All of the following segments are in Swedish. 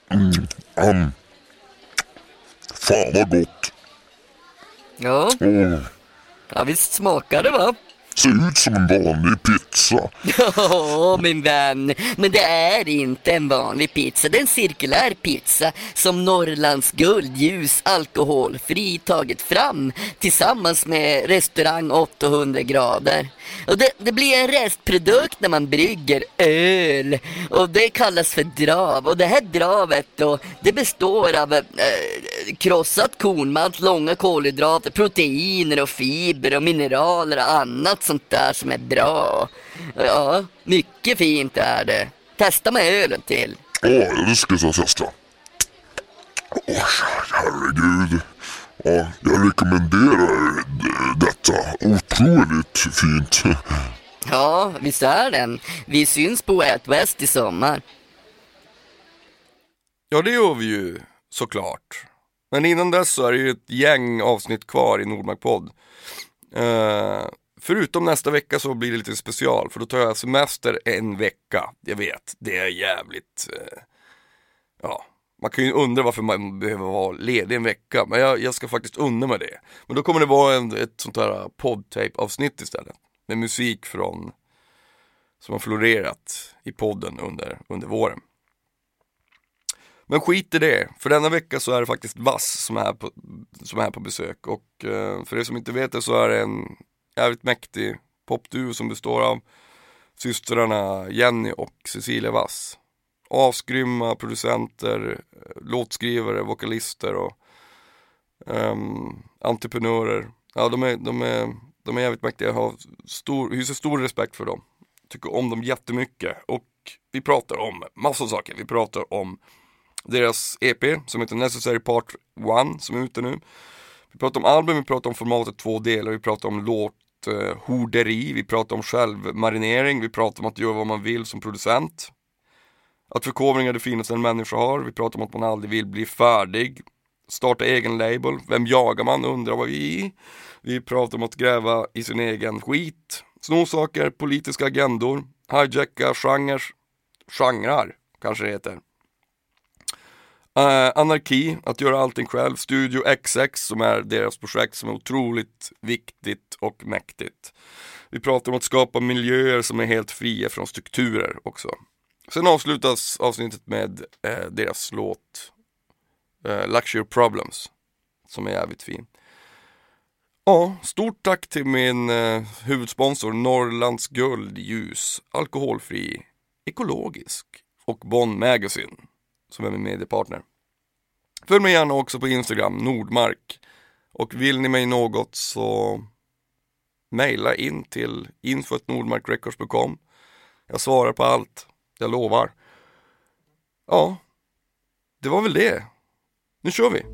Fan vad gott. Ja, ja visst smakar det va? Ser ut som en vanlig pizza. Ja, min vän, men det är inte en vanlig pizza. Det är en cirkulär pizza som Norrlands guldljus alkoholfri tagit fram tillsammans med restaurang 800 grader. Och det blir en restprodukt när man brygger öl och det kallas för drav. Och det här dravet då, det består av krossat kornmalt, långa kolhydrater, proteiner och fiber och mineraler och annat sånt där som är bra. Ja, mycket fint är det. Testa med ölen till. Det ska jag testa. Herregud. Ja, jag rekommenderar detta. Otroligt fint. Ja, visst är den. Vi syns på Ät West i sommar. Ja, det gör vi ju såklart. Men innan dess så är det ju ett gäng avsnitt kvar i Nordmark-podd. Förutom nästa vecka så blir det lite special. För då tar jag semester en vecka. Jag vet, det är jävligt... ja, man kan ju undra varför man behöver vara ledig en vecka. Men jag ska faktiskt unna med det. Men då kommer det vara ett sånt här poddtape-avsnitt istället. Med musik från... som har florerat i podden under våren. Men skit i det. För denna vecka så är det faktiskt Vass som är på besök. Och för er som inte vet det så är det en jävligt mäktig popduo som består av systrarna Jenny och Cecilia Vass. Avskrymma producenter, låtskrivare, vokalister och entreprenörer. Ja, de är jävligt mäktiga. Jag hyser stor respekt för dem. Tycker om dem jättemycket. Och vi pratar om massa saker. Vi pratar om deras EP som heter Necessary Part 1 som är ute nu. Vi pratar om album, vi pratar om formatet 2 delar, vi pratar om låthorderi, vi pratar om självmarinering, vi pratar om att göra vad man vill som producent. Att förkovring är det finaste en människa har. Vi pratar om att man aldrig vill bli färdig. Starta egen label. Vem jagar man? Undrar vad vi är. Vi pratar om att gräva i sin egen skit. Snosaker, politiska agendor. Hijacka genrer kanske det heter. Anarki, att göra allting själv. Studio XX som är deras projekt som är otroligt viktigt och mäktigt. Vi pratar om att skapa miljöer som är helt fria från strukturer också. Sen avslutas avsnittet med deras låt Luxury Problems som är jävligt fin. Ja, stort tack till min huvudsponsor Norrlands guldljus, alkoholfri, ekologisk och Bonn Magazine som är min mediepartner. Följ mig gärna också på Instagram, Nordmark. Och vill ni mig något så mejla in till info@nordmarkrecords.com. Jag svarar på allt, jag lovar. Ja, det var väl det. Nu kör vi!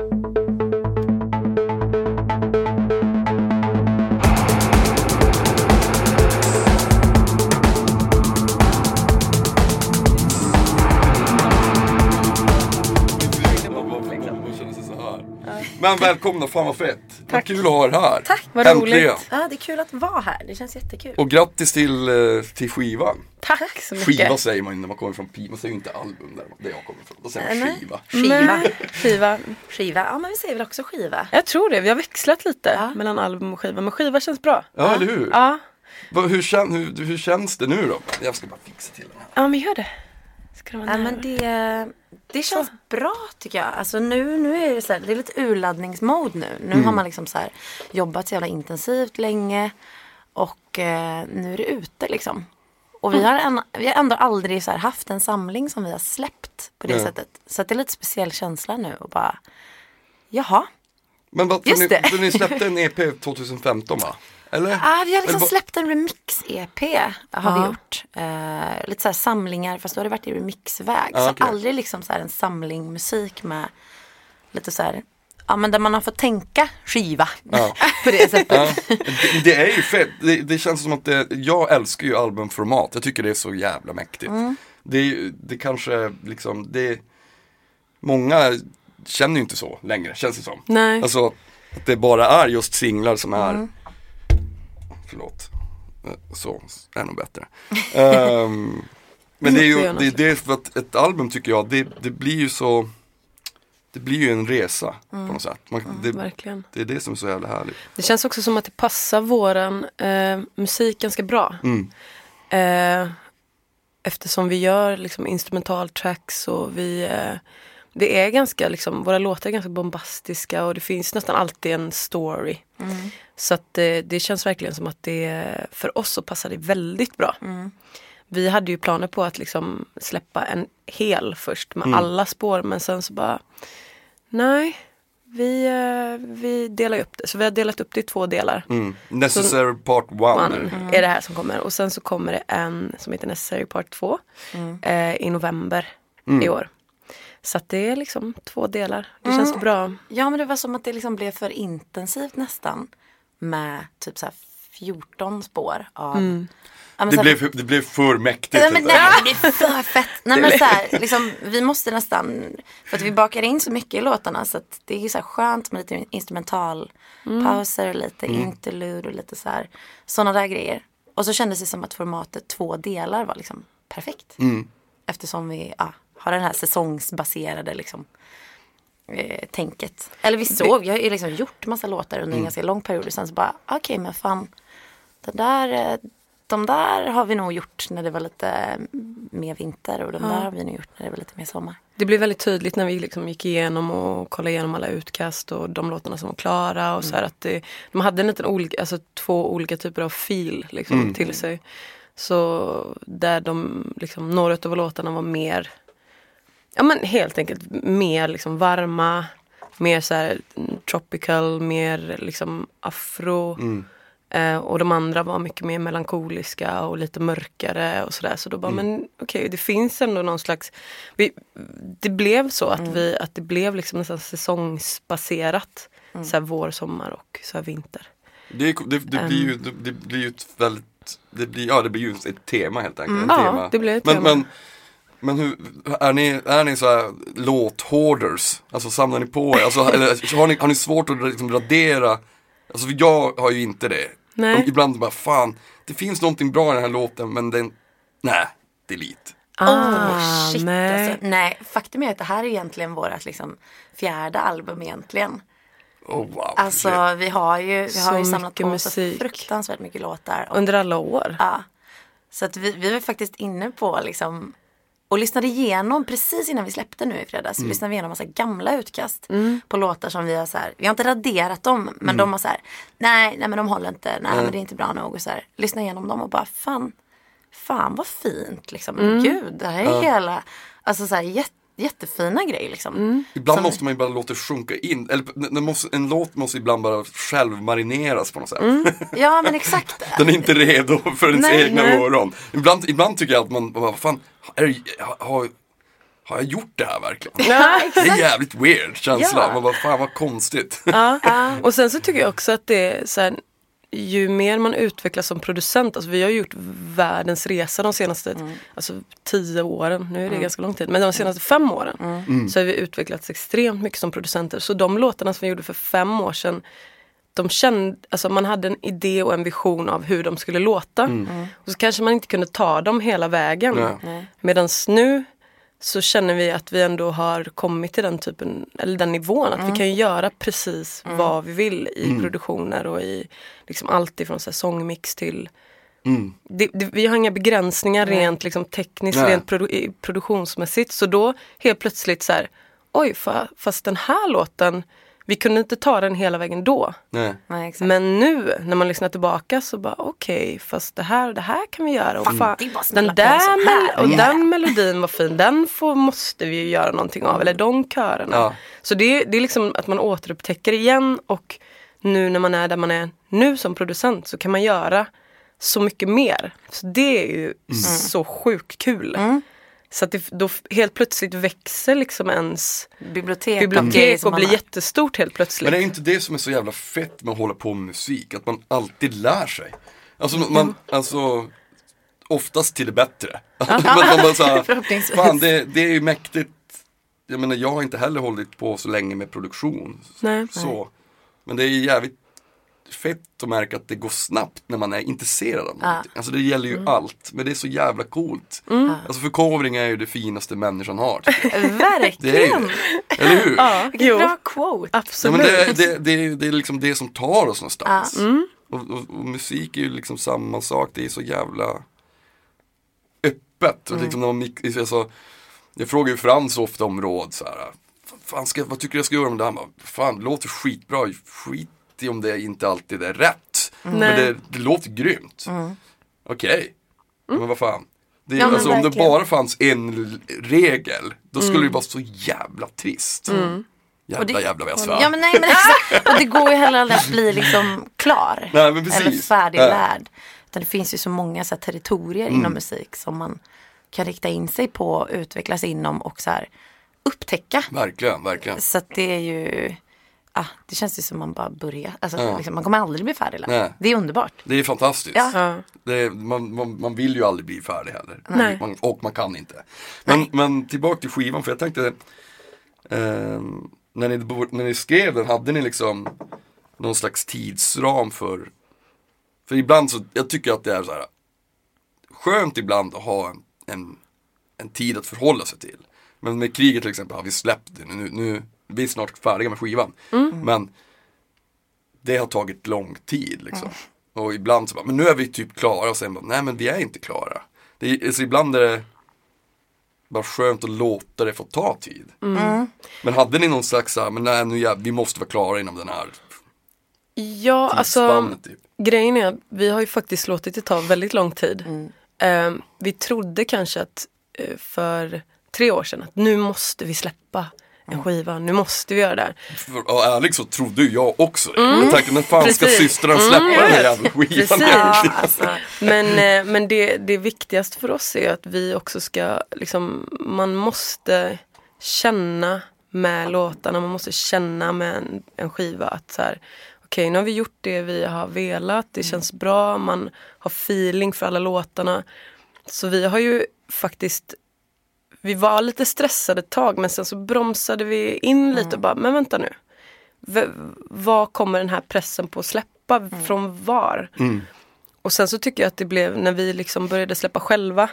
Men välkomna, fan vad fett. Tack. Vad kul att ha er här. Tack, vad äntligen. roligt. Ja, det är kul att vara här, det känns jättekul. Och grattis till skivan. Tack så mycket. Skiva säger man när man kommer från man säger ju inte album där jag kommer ifrån. Då säger man skiva. Skiva, ja men vi säger väl också skiva. Jag tror det, vi har växlat lite mellan album och skiva. Men skiva känns bra. Ja, eller hur? Ja. Hur känns det nu då? Jag ska bara fixa till den här. Ja, men gör det. Men det känns bra tycker jag. Alltså nu är det så här, det är lite urladdningsmode nu. Nu har man liksom så här jobbat så jävla intensivt länge och nu är det ute liksom. Och vi har ändå aldrig så här haft en samling som vi har släppt på det sättet. Så att det är lite speciell känsla nu och bara jaha. Men vad för ni släppte en EP 2015 va? Eller? Ja, vi har liksom släppt en remix-EP har vi gjort. Lite så här samlingar, fast då har det varit i remixväg. Så aldrig liksom så här en samling musik med lite så här, ja men där man har fått tänka skiva på det sättet. Ja. Det är ju fett. Det känns som att jag älskar ju albumformat. Jag tycker det är så jävla mäktigt. Det kanske liksom, många känner ju inte så längre, känns det som. Nej. Alltså att det bara är just singlar som är förlåt. Så är nog bättre. Men det är det för att ett album tycker jag, det blir ju så, det blir ju en resa på något sätt. Verkligen. Det är det som är så jävla härligt. Det känns också som att det passar våran musik ganska bra. Eftersom vi gör liksom instrumentaltracks och det är ganska liksom, våra låtar är ganska bombastiska och det finns nästan alltid en story. Så att det känns verkligen som att det för oss så passar det väldigt bra. Vi hade ju planer på att liksom släppa en hel först med alla spår, men sen så bara nej, vi delar upp det. Så vi har delat upp det i 2 delar. Necessary Part 1 är det här som kommer. Och sen så kommer det en som heter Necessary Part 2 i november i år. Så att det är liksom 2 delar. Det känns bra. Ja, men det var som att det liksom blev för intensivt nästan. Med typ så här 14 spår av... Ja, det blev för mäktigt. Ja, men nej, det är för fett. Nej, men så här, liksom, vi måste nästan... För att vi bakar in så mycket i låtarna. Så att det är så här skönt med lite instrumentalpauser. Lite interlude och lite så här... Sådana där grejer. Och så kändes det som att formatet 2 delar var liksom perfekt. Eftersom vi har den här säsongsbaserade liksom... tänket. Eller vi har ju liksom gjort massa låtar under en ganska lång period och sen så bara, okej, men fan de där har vi nog gjort när det var lite mer vinter och de där har vi nog gjort när det var lite mer sommar. Det blev väldigt tydligt när vi liksom gick igenom och kollade igenom alla utkast och de låtarna som var klara och så här att de hade en liten 2 olika typer av fil liksom till sig. Så där de liksom, några av låtarna var mer, ja men helt enkelt mer liksom varma, mer så här tropical, mer liksom afro. Och de andra var mycket mer melankoliska och lite mörkare och sådär. Så då bara, men okej, det finns ändå någon slags... det blev så att det blev liksom nästan säsongsbaserat. Så här vår, sommar och så här vinter. Det blir ju ett väldigt... Det blir ju ett tema helt enkelt. Det blir ett tema. Men hur, är ni så här låthoarders? Alltså samlar ni på er? Alltså, eller har ni svårt att liksom radera? Alltså jag har ju inte det. Nej. Ibland bara, fan, det finns någonting bra i den här låten, men delete. Shit, nej. Alltså, nej, faktum är att det här är egentligen vårt liksom 4:e album egentligen. Wow. Alltså vi har ju samlat på oss så musik. fruktansvärt mycket låtar. Under alla år. Ja. Så att vi var faktiskt inne på liksom och lyssnade igenom precis innan vi släppte nu i fredags. Lyssnade vi igenom massa gamla utkast på låtar som vi har så här, vi har inte raderat dem, men de har så här, nej men de håller inte, nej men det är inte bra nog och så här, lyssna igenom dem och bara fan vad fint liksom. Gud, det här är hela, alltså så här jättefina grejer liksom. Ibland måste man ju bara låta det sjunka in. Eller en låt måste ibland bara själv marineras på något sätt. Ja, men exakt. Den är inte redo för ens egna öron. Ibland tycker jag att man vad fan, har jag gjort det här verkligen? Ja, det är jävligt weird känsla. Man bara, fan vad konstigt. Och sen så tycker jag också att det är så här, ju mer man utvecklas som producent, alltså vi har gjort världens resa de senaste 10 åren, nu är det ganska lång tid, men de senaste 5 åren så har vi utvecklats extremt mycket som producenter. Så de låtarna som vi gjorde för 5 år sedan, alltså man hade en idé och en vision av hur de skulle låta och så kanske man inte kunde ta dem hela vägen. Medan nu så känner vi att vi ändå har kommit till den typen, eller den nivån att vi kan göra precis vad vi vill i produktioner och i liksom allt ifrån så här sångmix till vi har inga begränsningar rent liksom tekniskt, rent produktionsmässigt, så då helt plötsligt så här, oj, fast den här låten, vi kunde inte ta den hela vägen då. Nej, exakt. Men nu när man lyssnar tillbaka så bara okej, fast det här kan vi göra. Och den melodin var fin. Den måste vi ju göra någonting av. Eller de körerna. Ja. Så det är liksom att man återupptäcker igen. Och nu när man är där man är nu som producent så kan man göra så mycket mer. Så det är ju så sjukt kul. Så att det då helt plötsligt växer liksom ens bibliotek och blir jättestort helt plötsligt. Men det är inte det som är så jävla fett med att hålla på med musik, att man alltid lär sig. Alltså oftast till det bättre. Förhoppningsvis. Fan, det är ju mäktigt. Jag menar, jag har inte heller hållit på så länge med produktion. Nej. Så. Men det är jävligt fett att märka att det går snabbt när man är intresserad av någonting. Alltså det gäller ju allt, men det är så jävla coolt. Alltså förkovring är ju det finaste människan har. Verkligen. Det är ju, eller hur? Ja, Vilket bra quote. Ja, absolut. men det är liksom det som tar oss någonstans. Och musik är ju liksom samma sak. Det är så jävla öppet. Och liksom när man jag frågar ju Frans ofta om råd så här. Fan, vad tycker du jag ska göra med det här? Fan, det låter skitbra. Skit i om det inte alltid är rätt. Men det låter grymt. Okej. Men vad fan. Alltså, om det bara fanns en regel, då skulle det vara så jävla trist. Jävla vad jag svär. Ja, men nej, men exakt. Och det går ju heller aldrig att bli liksom klar. Nej, men precis. Eller färdiglärd. Utan det finns ju så många så här, territorier inom musik som man kan rikta in sig på, utvecklas inom och så här, upptäcka. Verkligen. Så att det är ju, det känns ju som man bara börjar. Alltså, liksom, man kommer aldrig bli färdiglärd. Det är underbart. Det är fantastiskt. Ja. Man vill ju aldrig bli färdig heller. Nej. Och man kan inte. Men tillbaka till skivan, för jag tänkte när ni skrev den, hade ni liksom någon slags tidsram för ibland så, jag tycker att det är så här skönt ibland att ha en tid att förhålla sig till. Men med kriget till exempel har vi släppt det. Nu vi är snart färdiga med skivan. Men det har tagit lång tid liksom. Och ibland så bara, men nu är vi typ klara. Och sen bara, nej men vi är inte klara. Så ibland är det bara skönt att låta det få ta tid. Men hade ni någon slags så här, men nej, vi måste vara klara inom den här Ja, alltså typ. grejen är att vi har ju faktiskt låtit det ta väldigt lång tid. Vi trodde kanske att för 3 år sedan att nu måste vi släppa en skiva, nu måste vi göra det här. Och ärligt så trodde ju jag också det. Jag tänkte, när fan ska systern släppa den här jävla skivan? Alltså. Men det viktigaste för oss är att vi också ska liksom, man måste känna med låtarna, man måste känna med en skiva att så här, okej, nu har vi gjort det vi har velat, det känns bra, man har feeling för alla låtarna. Så vi har ju faktiskt, vi var lite stressade ett tag, men sen så bromsade vi in lite och bara, men vänta nu. Vad kommer den här pressen på att släppa från var? Och sen så tycker jag att det blev, när vi liksom började släppa själva,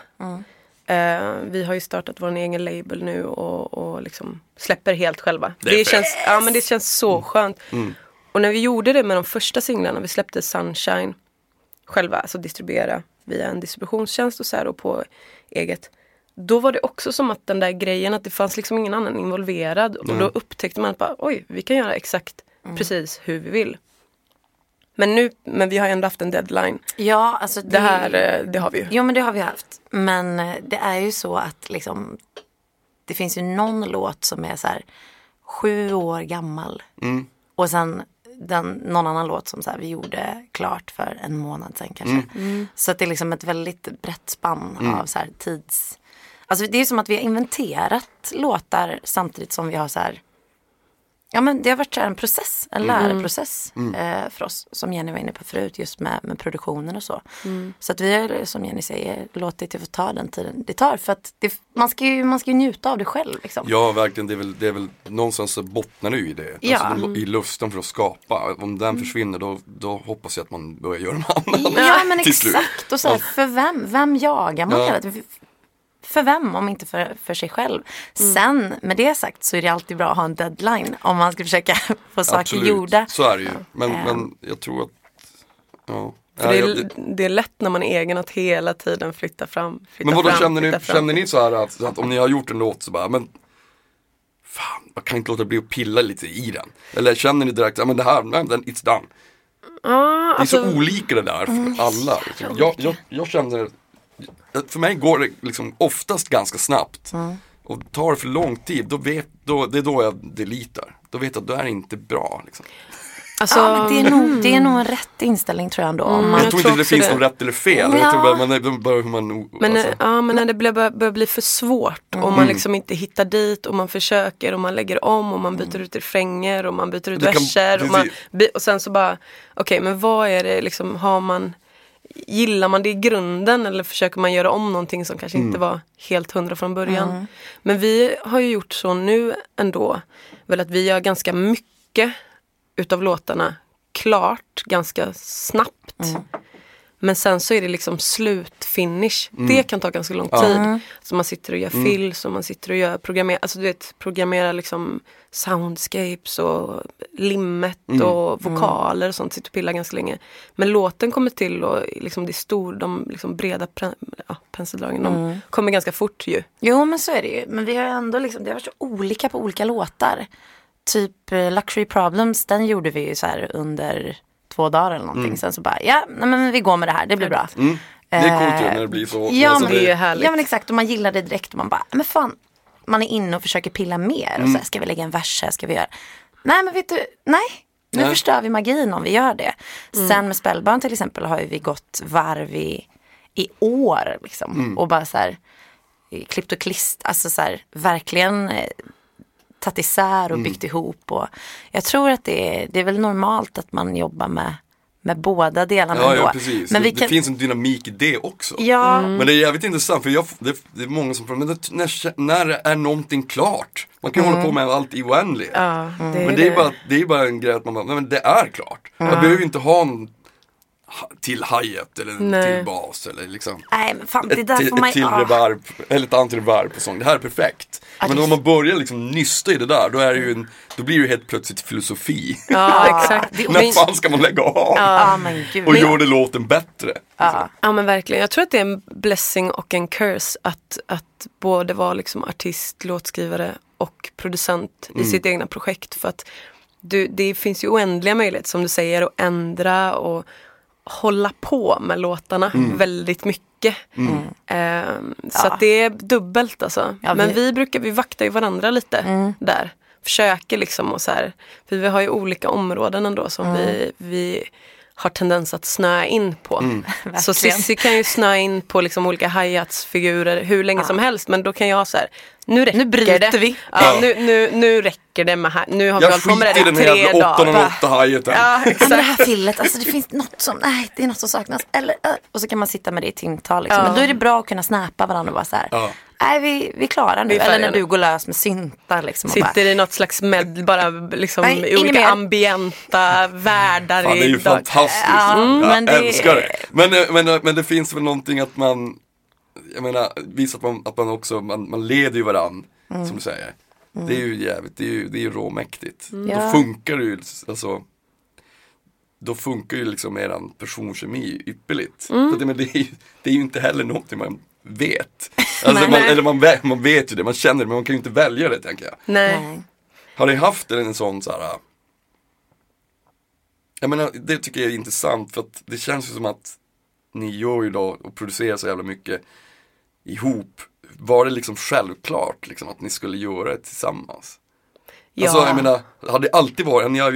vi har ju startat vår egen label nu och liksom släpper helt själva. Det känns så skönt. Och när vi gjorde det med de första singlarna, vi släppte Sunshine själva, alltså distribuera via en distributionstjänst och så här och på eget. Då var det också som att den där grejen, att det fanns liksom ingen annan involverad. Och då upptäckte man att bara, oj, vi kan göra exakt precis hur vi vill. Men vi har ändå haft en deadline. Ja, alltså det har vi ju. Jo, men det har vi haft. Men det är ju så att liksom, det finns ju någon låt som är så här 7 år gammal. Och sen någon annan låt som så här, vi gjorde klart för 1 månad sedan kanske. Så att det är liksom ett väldigt brett spann av så här tids... Alltså det är som att vi har inventerat låtar samtidigt som vi har så här... Ja, men det har varit så här en process, en läroprocess för oss, som Jenny var inne på förut, just med produktionen och så. Så att vi har, som Jenny säger, låtit det få ta den tiden det tar, för att man ska ju njuta av det själv liksom. Ja, verkligen, det är väl någonstans så bottnar det i det. Ja. Alltså, i lusten för att skapa. Om den försvinner, då hoppas jag att man börjar göra något annat. Ja, men till slut. exakt. Och så här, för vem jagar man hela tiden? För vem, om inte för sig själv. Sen, med det sagt, så är det alltid bra att ha en deadline om man ska försöka få saker gjorda. Så är det ju. Men jag tror att... Ja. För det är lätt när man är egen att hela tiden flytta fram. Men vadå, känner ni så här att om ni har gjort en låt så bara, men fan, jag kan inte låta bli att pilla lite i den? Eller känner ni direkt, men det här, it's done? Det är så olika det där för alla. Jag känner, för mig går det liksom oftast ganska snabbt. Och tar det för lång tid, det är då jag deletar. Då vet jag att det är inte bra liksom. Alltså, men det är nog en rätt inställning, tror jag ändå. Jag tror inte det finns något rätt eller fel. Ja. Jag tror bara hur man... Men när det börjar bli för svårt och man liksom inte hittar dit och man försöker och man lägger om och man byter ut refränger och man byter ut verser och sen så bara, okej, men vad är det liksom, gillar man det i grunden eller försöker man göra om någonting som kanske inte var helt 100 från början? Men vi har ju gjort så nu ändå, väl att vi gör ganska mycket utav låtarna klart ganska snabbt. Men sen så är det liksom slutfinish. Det kan ta ganska lång tid. Så man sitter och gör fills och man sitter och gör programmerar liksom soundscapes och limmet och vokaler och sånt. Sitter och pillar ganska länge. Men låten kommer till och liksom de liksom breda penseldragen, de kommer ganska fort ju. Jo, men så är det ju. Men vi har ändå liksom, det har varit så olika på olika låtar. Typ Luxury Problems, den gjorde vi ju så här under 2 dagar eller någonting. Sen så bara, men vi går med det här, det blir bra. Det är coolt ju när det blir så. Ja, alltså, men det är härligt. Ja, men exakt. Och man gillar det direkt och man bara, men fan, man är inne och försöker pilla mer. Och så här, ska vi lägga en vers här, ska vi göra. Nej, men vet du, nu förstör vi magin om vi gör det. Sen med Spellbound till exempel har ju vi gått varv i år liksom. Och bara så här, klippt och klist, alltså så här, verkligen tagit isär och byggt ihop. Och jag tror att det är väl normalt att man jobbar med båda delarna ändå. Ja, precis. Men det finns en dynamik i det också. Ja. Men det är jävligt intressant, för det är många som frågar, men när är någonting klart? Man kan hålla på med allt i oändlighet. Ja, men det är bara en grej att man bara, nej, men det är klart. Jag behöver inte ha en till hi-hat eller en till bas eller liksom. Nej, men fan, det där får man till reverb eller ett antireverb på sång. Det här är perfekt. Men om man börjar liksom nysta i det där, då är det ju då blir det helt plötsligt filosofi. Ja, exakt. När fan ska man lägga av? Ja, men gud. Och gör det låten bättre. Ja, men verkligen. Jag tror att det är en blessing och en curse att både vara liksom artist, låtskrivare och producent i sitt egna projekt. För att det finns ju oändliga möjligheter, som du säger, att ändra och hålla på med låtarna väldigt mycket. Så att det är dubbelt alltså. Ja, men vi vaktar ju varandra lite där. Försöker liksom och så här. För vi har ju olika områden ändå som vi har tendens att snöa in på. Så Cissi kan ju snöa in på liksom olika hi-hats-figurer hur länge som helst. Men då kan jag så här, nu bryter vi. Ja, nu räcker det med här. Nu har vi hållit på med det i 3 dagar. Jag skiter i den här 808 hi-haten. Ja, exakt. Men det här fillet, alltså det finns något som, det är något som saknas. Och så kan man sitta med det i timtal liksom. Men då är det bra att kunna snappa varandra och bara så här. Nej, vi klarar nu. Eller när du går lös med syntar liksom. Sitter bara, i något slags bara liksom i olika mer. Ambienta världar. Fan, det är ju fantastiskt. Jag älskar det. Men det finns väl någonting att man, jag menar, visar att man också, man leder ju varann, som du säger. Det är ju jävligt, det är ju råmäktigt. Då funkar det ju, alltså, då funkar ju liksom eran personkemi ypperligt. För det är ju inte heller någonting man vet. Alltså man vet ju det, man känner det, men man kan ju inte välja det, tänker jag. Nej. Har ni haft en sån så här? Jag menar, det tycker jag är intressant, för att det känns ju som att ni gör ju då och producerar så jävla mycket ihop. Var det liksom självklart liksom att ni skulle göra det tillsammans? Ja. Alltså jag menar, har ni alltid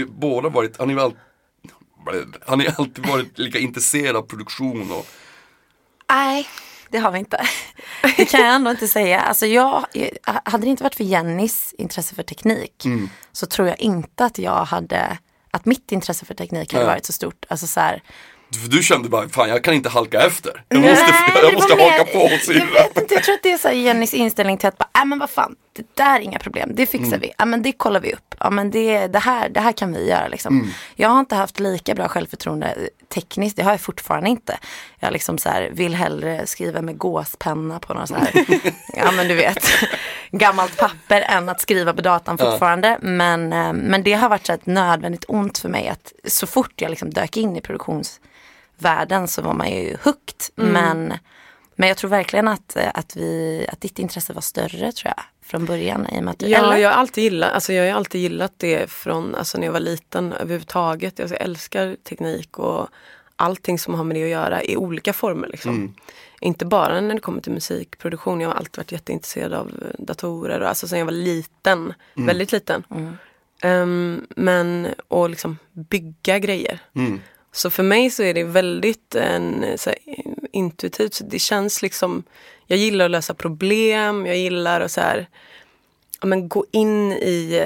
varit lika intresserade av produktion och... Nej, det har vi inte. Det kan jag ändå inte säga. Alltså hade det inte varit för Jennys intresse för teknik så tror jag inte att mitt intresse för teknik hade varit så stort. Alltså så här, För du kände bara, fan jag kan inte halka efter. Jag måste haka på och syra. Jag tror att det är så här Jennys inställning till att bara, men vad fan, det där är inga problem, det fixar vi. Men det kollar vi upp. Men det här kan vi göra liksom. Jag har inte haft lika bra självförtroende tekniskt, det har jag fortfarande inte. Jag liksom så här, vill hellre skriva med gåspenna på någon så här, ja men du vet, gammalt papper än att skriva på datan fortfarande. Men det har varit så ett nödvändigt ont för mig att så fort jag liksom dök in i produktionsvärlden så var man ju hooked. Men jag tror verkligen att ditt intresse var större, tror jag, från början. I och med att jag har alltid gillat det från när jag var liten överhuvudtaget. Jag älskar teknik och allting som har med det att göra i olika former. Liksom. Inte bara när det kommer till musikproduktion. Jag har alltid varit jätteintresserad av datorer. Alltså sen jag var liten, väldigt liten. Men och liksom bygga grejer. Så för mig så är det väldigt intuitivt. Så det känns liksom, jag gillar att lösa problem. Jag gillar att så här, gå in i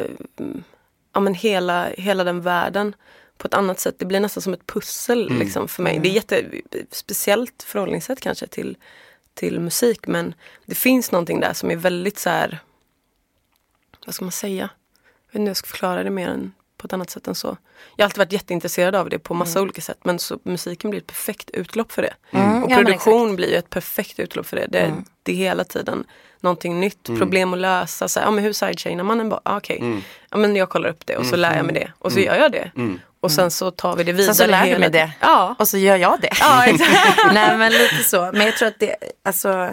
hela den världen på ett annat sätt. Det blir nästan som ett pussel liksom, för mig. Det är jättespeciellt förhållningssätt kanske till musik. Men det finns någonting där som är väldigt så här, vad ska man säga? Jag vet inte hur jag ska förklara det mer än på ett annat sätt än så. Jag har alltid varit jätteintresserad av det på massa olika sätt. Men så musiken blir ett perfekt utlopp för det. Och produktion blir ju ett perfekt utlopp för det. Det är hela tiden någonting nytt, problem att lösa. Så här, men hur sidechainar man en okej. Ja, men jag kollar upp det och så lär jag mig det. Och så gör jag det. Och sen så tar vi det vidare. Sen så lär du mig det. Ja. Och så gör jag det. Ja, exakt. Nej, men lite så. Men jag tror att det, alltså,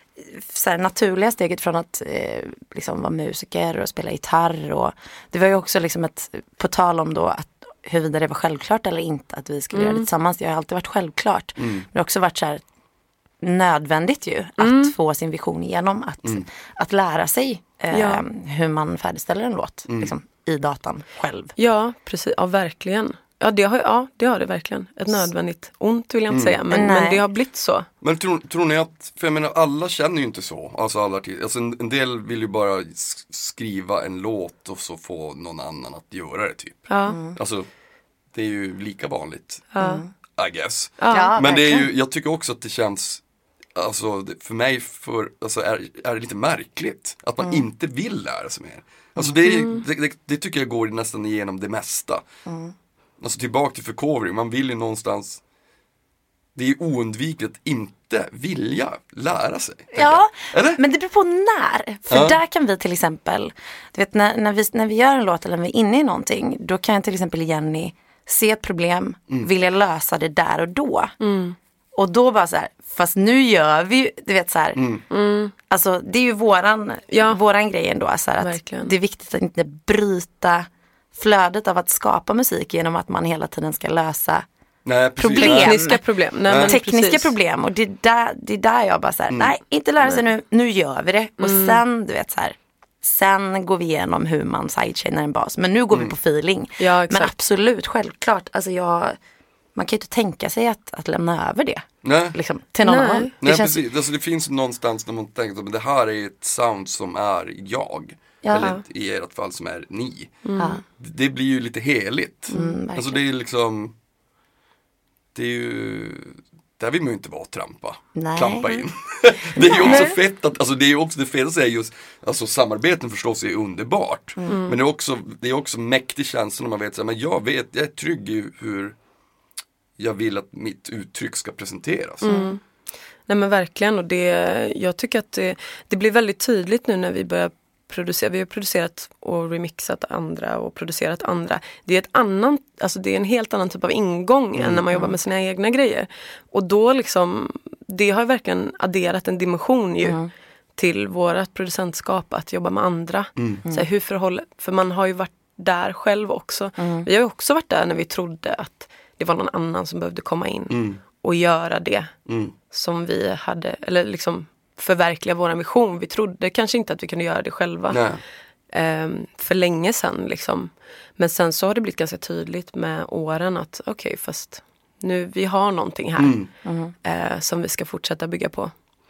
så här, naturliga steget från att liksom vara musiker och spela gitarr. Och det var ju också liksom på tal om då att huruvida det var självklart eller inte att vi skulle göra det tillsammans. Det har alltid varit självklart. Men det har också varit så här nödvändigt ju att få sin vision igenom. Att lära sig hur man färdigställer en låt liksom, i datan själv. Ja, precis. Ja, verkligen. Ja, det har det verkligen. Ett nödvändigt ont vill jag inte säga. Men det har blivit så. Men tror ni att, för jag menar alla känner ju inte så. Alltså en del vill ju bara skriva en låt och så få någon annan att göra det typ. Ja. Alltså det är ju lika vanligt. I guess. Ja, men det är verkligen. ju, jag tycker också att det känns, alltså för mig alltså, är det lite märkligt att man inte vill lära sig mer. Alltså det tycker jag går nästan igenom det mesta. Alltså tillbaka till förkovring, man vill ju någonstans, det är ju oundvikligt att inte vilja lära sig. Ja, eller? men det beror på när. För där kan vi till exempel, du vet när vi gör en låt eller när vi är inne i någonting, då kan jag till exempel Jenny se ett problem, vilja lösa det där och då. Och då bara så här, fast nu gör vi ju, du vet så här, alltså det är ju våran grej ändå, så här, att det är viktigt att inte bryta flödet av att skapa musik genom att man hela tiden ska lösa Tekniska problem. Tekniska problem. Och det är där jag bara så här, nej, inte lära sig nu gör vi det. Och sen, du vet så här, sen går vi igenom hur man sidechainar en bas. Men nu går vi på feeling. Ja, exakt. Men absolut, självklart. Alltså man kan ju inte tänka sig att lämna över det. Nej. Liksom, till någon annan. Nej, precis. Alltså, det finns någonstans när man tänker att det här är ett sound som är jag. Eller i ert fall som är ni. Det blir ju lite heligt. Alltså det är liksom, det är ju, där vill man ju inte vara och klampa in. Det är ju också fett att, alltså det är ju också det fetaste är just, alltså samarbeten förstås är underbart. Men det är också mäktig känsla när man vet så här, men jag är trygg i hur jag vill att mitt uttryck ska presenteras. Nej men verkligen, och jag tycker att det blir väldigt tydligt nu när vi börjar producera. Vi har producerat och remixat andra och producerat andra. Det är en helt annan typ av ingång än när man jobbar med sina egna grejer. Och då liksom, det har verkligen adderat en dimension ju till vårat producentskap att jobba med andra. Så här, för man har ju varit där själv också. Vi har ju också varit där när vi trodde att det var någon annan som behövde komma in och göra det som vi hade, eller liksom förverkliga vår vision. Vi trodde kanske inte att vi kunde göra det själva för länge sedan liksom. Men sen så har det blivit ganska tydligt med åren att okej, fast nu vi har någonting här som vi ska fortsätta bygga på.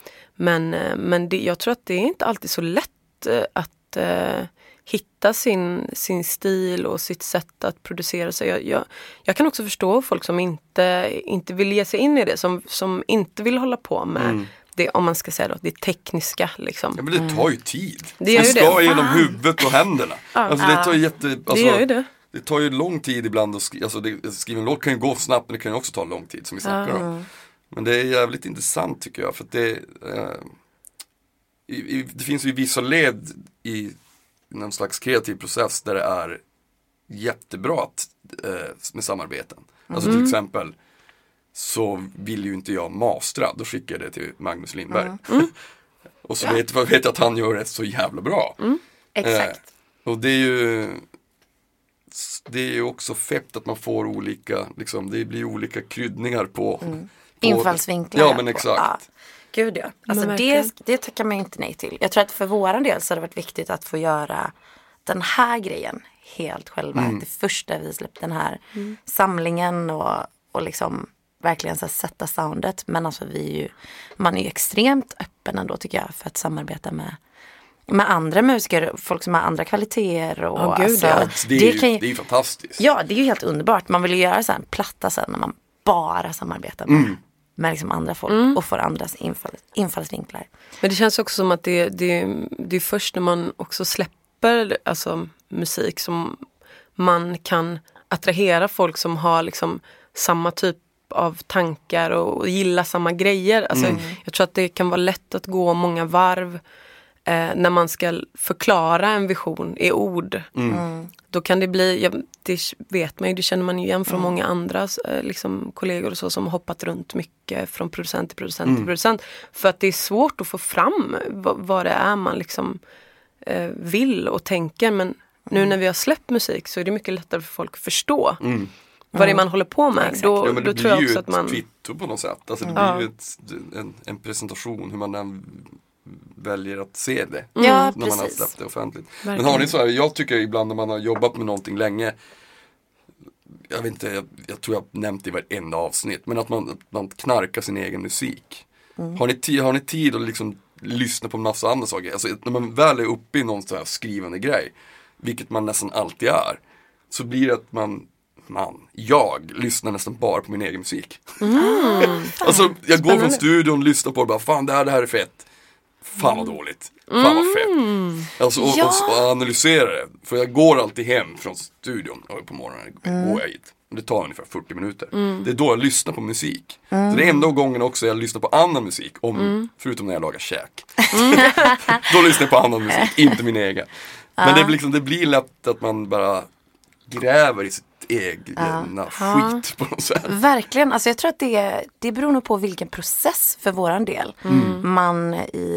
Men jag tror att det är inte alltid så lätt att hitta sin stil och sitt sätt att producera sig. Jag kan också förstå folk som inte vill ge sig in i det, som inte vill hålla på med det, om man ska säga då, det tekniska liksom. Ja, men det tar ju tid. Det ska genom huvudet och händerna. Alltså det tar det gör ju det. Det tar ju lång tid ibland att skriva en låt kan ju gå snabbt, men det kan ju också ta lång tid som vi snackar om. Men det är jävligt intressant tycker jag, för att det finns ju vissa led i någon slags kreativ process där det är jättebra med samarbeten. Alltså till exempel så vill ju inte jag mastra, då skickar jag det till Magnus Lindberg. Och så vet jag att han gör det så jävla bra. Exakt. Och det är ju också fett att man får olika, liksom, det blir olika kryddningar på infallsvinklar. Ja, men exakt. Gud ja. Alltså det tackar man inte nej till. Jag tror att för våran del så har det varit viktigt att få göra den här grejen helt själva. Det första vi släppte den här samlingen och liksom verkligen så här, sätta soundet. Men alltså man är ju extremt öppen ändå tycker jag för att samarbeta med andra musiker, folk som har andra kvaliteter. Och, det är ju fantastiskt. Ja, det är ju helt underbart. Man vill ju göra så här en platta sen när man bara samarbetar med liksom andra folk och får andras infallsvinklar. Men det känns också som att det är först när man också släpper alltså, musik som man kan attrahera folk som har liksom samma typ av tankar och gillar samma grejer. Alltså, jag tror att det kan vara lätt att gå många varv när man ska förklara en vision i ord. Då kan det bli, det vet man ju, det känner man ju igen från många andra liksom, kollegor och så, som har hoppat runt mycket från producent till producent till producent. För att det är svårt att få fram vad det är man liksom vill och tänker. Men nu när vi har släppt musik så är det mycket lättare för folk att förstå vad det är man håller på med. Då tror jag också att man... Det blir ju ett kvitto på något sätt. Alltså det blir ju en presentation, hur man än väljer att se det. Ja, när man har precis. släppt det offentligt. Verkligen. Men har ni så här, jag tycker ibland när man har jobbat med någonting länge, jag vet inte, jag tror jag har nämnt det i varenda avsnitt, men att man knarkar sin egen musik. Har ni tid att liksom lyssna på en massa andra saker? Alltså när man väl är uppe i någon sån här skrivande grej, vilket man nästan alltid är, så blir det att jag lyssnar nästan bara på min egen musik. Alltså jag går från studion och lyssnar på det, bara fan det här är fett. Fan vad dåligt. Fan vad fett. Alltså och analysera det. För jag går alltid hem från studion och på morgonen går jag hit. Det tar ungefär 40 minuter. Det är då jag lyssnar på musik. Så det är enda gången också jag lyssnar på annan musik. Förutom när jag lagar käk. Då lyssnar jag på annan musik, inte min egen. Men det blir lätt att man bara gräver i sitt egna skit på något sätt. Verkligen, alltså jag tror att det beror nog på vilken process för våran del man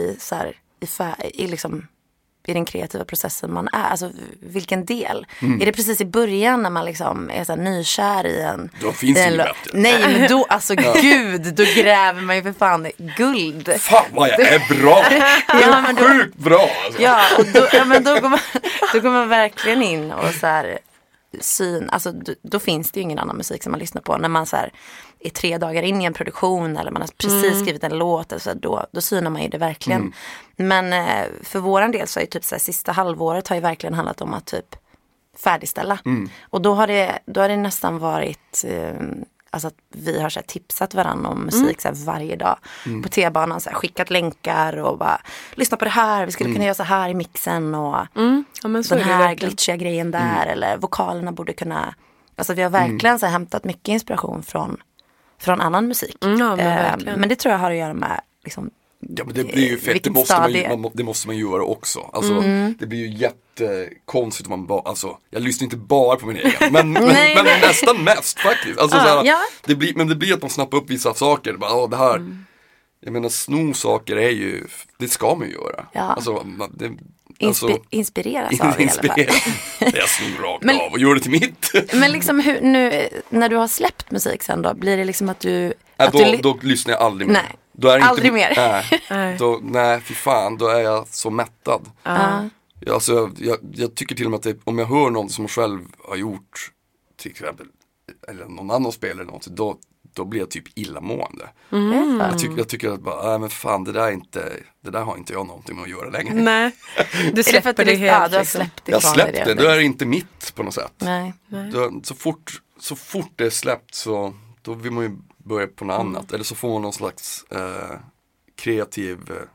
i den kreativa processen man är, alltså vilken del. Är det precis i början när man liksom är så här nykär i en... Då finns det ju bättre. Nej, men då, alltså gud, då gräver man ju för fan guld. Fan vad jag är bra! Ja, men sjukt bra alltså. Ja, och då går man verkligen in och så här alltså då finns det ju ingen annan musik som man lyssnar på när man så här är 3 dagar in i en produktion eller man har precis skrivit en låt, alltså då synar man ju det verkligen. Men för våran del så är typ så här, sista halvåret har ju verkligen handlat om att typ färdigställa. Och då har det nästan varit alltså att vi har så här tipsat varandra om musik så här varje dag på T-banan, så här, skickat länkar och bara lyssna på det här, vi skulle kunna göra så här i mixen och men så den är det här verkligen. glitchiga grejen där eller vokalerna borde kunna, alltså vi har verkligen så här, hämtat mycket inspiration från annan musik. Men det tror jag har att göra med liksom, ja, men det blir ju fett, det måste man göra också. Alltså, det blir ju jättekonstigt om man bara, alltså, jag lyssnar inte bara på min egen, men nästan mest faktiskt. Alltså, det blir att man snappar upp vissa saker, bara, det här, jag menar sno saker är ju, det ska man ju göra. Ja. Alltså, inspireras av det i alla fall. Jag snor rakt av och gör det till mitt. Men liksom nu, när du har släppt musik sen då, blir det liksom att du... Då lyssnar jag aldrig mer. Nej, aldrig mer. Nej, fy fan, då är jag så mättad. Alltså, jag tycker till och med att om jag hör någon som själv har gjort till exempel, eller någon annan spelare eller något, då blir jag typ illamående. Jag tycker att bara, men fan, det där har inte jag någonting med att göra längre. Nej, du släpper det helt. Du har släppt det. Jag släppte det, då är det inte mitt på något sätt. Nej. Så fort det är släppt så då vill man ju börja på något annat. Eller så får man någon slags kreativ...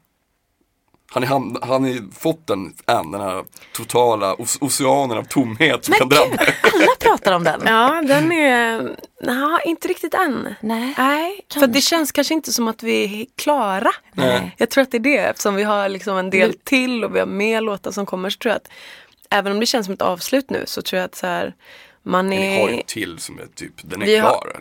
Har ni fått den här totala oceanen av tomhet som kan drabba? Alla pratar om den. Ja, den är... inte riktigt än. Nej. För det känns kanske inte som att vi är klara. Nej. Jag tror att det är det. Eftersom vi har liksom en del till och vi har mer låtar som kommer, så tror jag att även om det känns som ett avslut nu, så tror jag att så här... Ni har ju till som är typ, den är klar.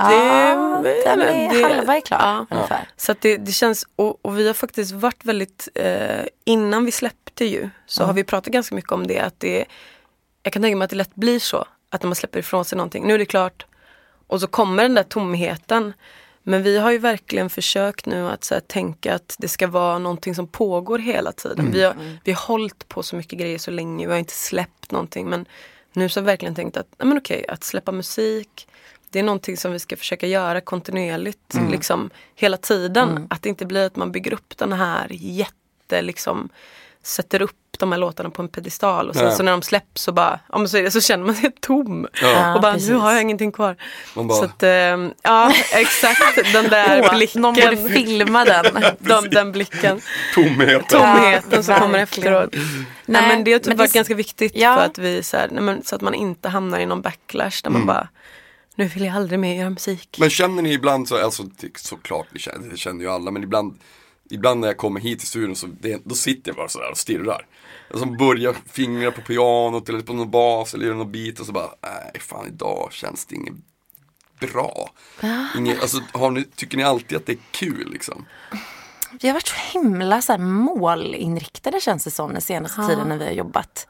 Halva är klar. Ungefär. Så att det känns, och vi har faktiskt varit väldigt, innan vi släppte ju, så har vi pratat ganska mycket om det, att jag kan tänka mig att det lätt blir så, att när man släpper ifrån sig någonting, nu är det klart, och så kommer den där tomheten. Men vi har ju verkligen försökt nu att så här, tänka att det ska vara någonting som pågår hela tiden. Vi har hållit på så mycket grejer så länge, vi har inte släppt någonting, men nu så har jag verkligen tänkt att, att släppa musik, det är någonting som vi ska försöka göra kontinuerligt, liksom hela tiden. Att det inte blir att man bygger upp den här sätter upp de här låtarna på en pedestal och sen så när de släpps så bara, så känner man sig tom. Och bara, nu har jag ingenting kvar. Bara... Så att, ja exakt, den där blicken. Någon borde filma den. Den blicken. Tomheten som kommer efteråt. Nej, men det har typ varit ganska viktigt ja. för att vi så att man inte hamnar i någon backlash där man bara, nu vill jag aldrig mer göra musik. Men känner ni ibland så, alltså såklart det känner ju alla, men ibland när jag kommer hit till studion så då sitter jag bara sådär och stirrar. Alltså börjar fingra på pianot eller på någon bas eller någon bit och så bara, nej fan idag känns det inget bra. Alltså tycker ni alltid att det är kul liksom? Vi har varit så himla så här, målinriktade känns det som den senaste tiden när vi har jobbat.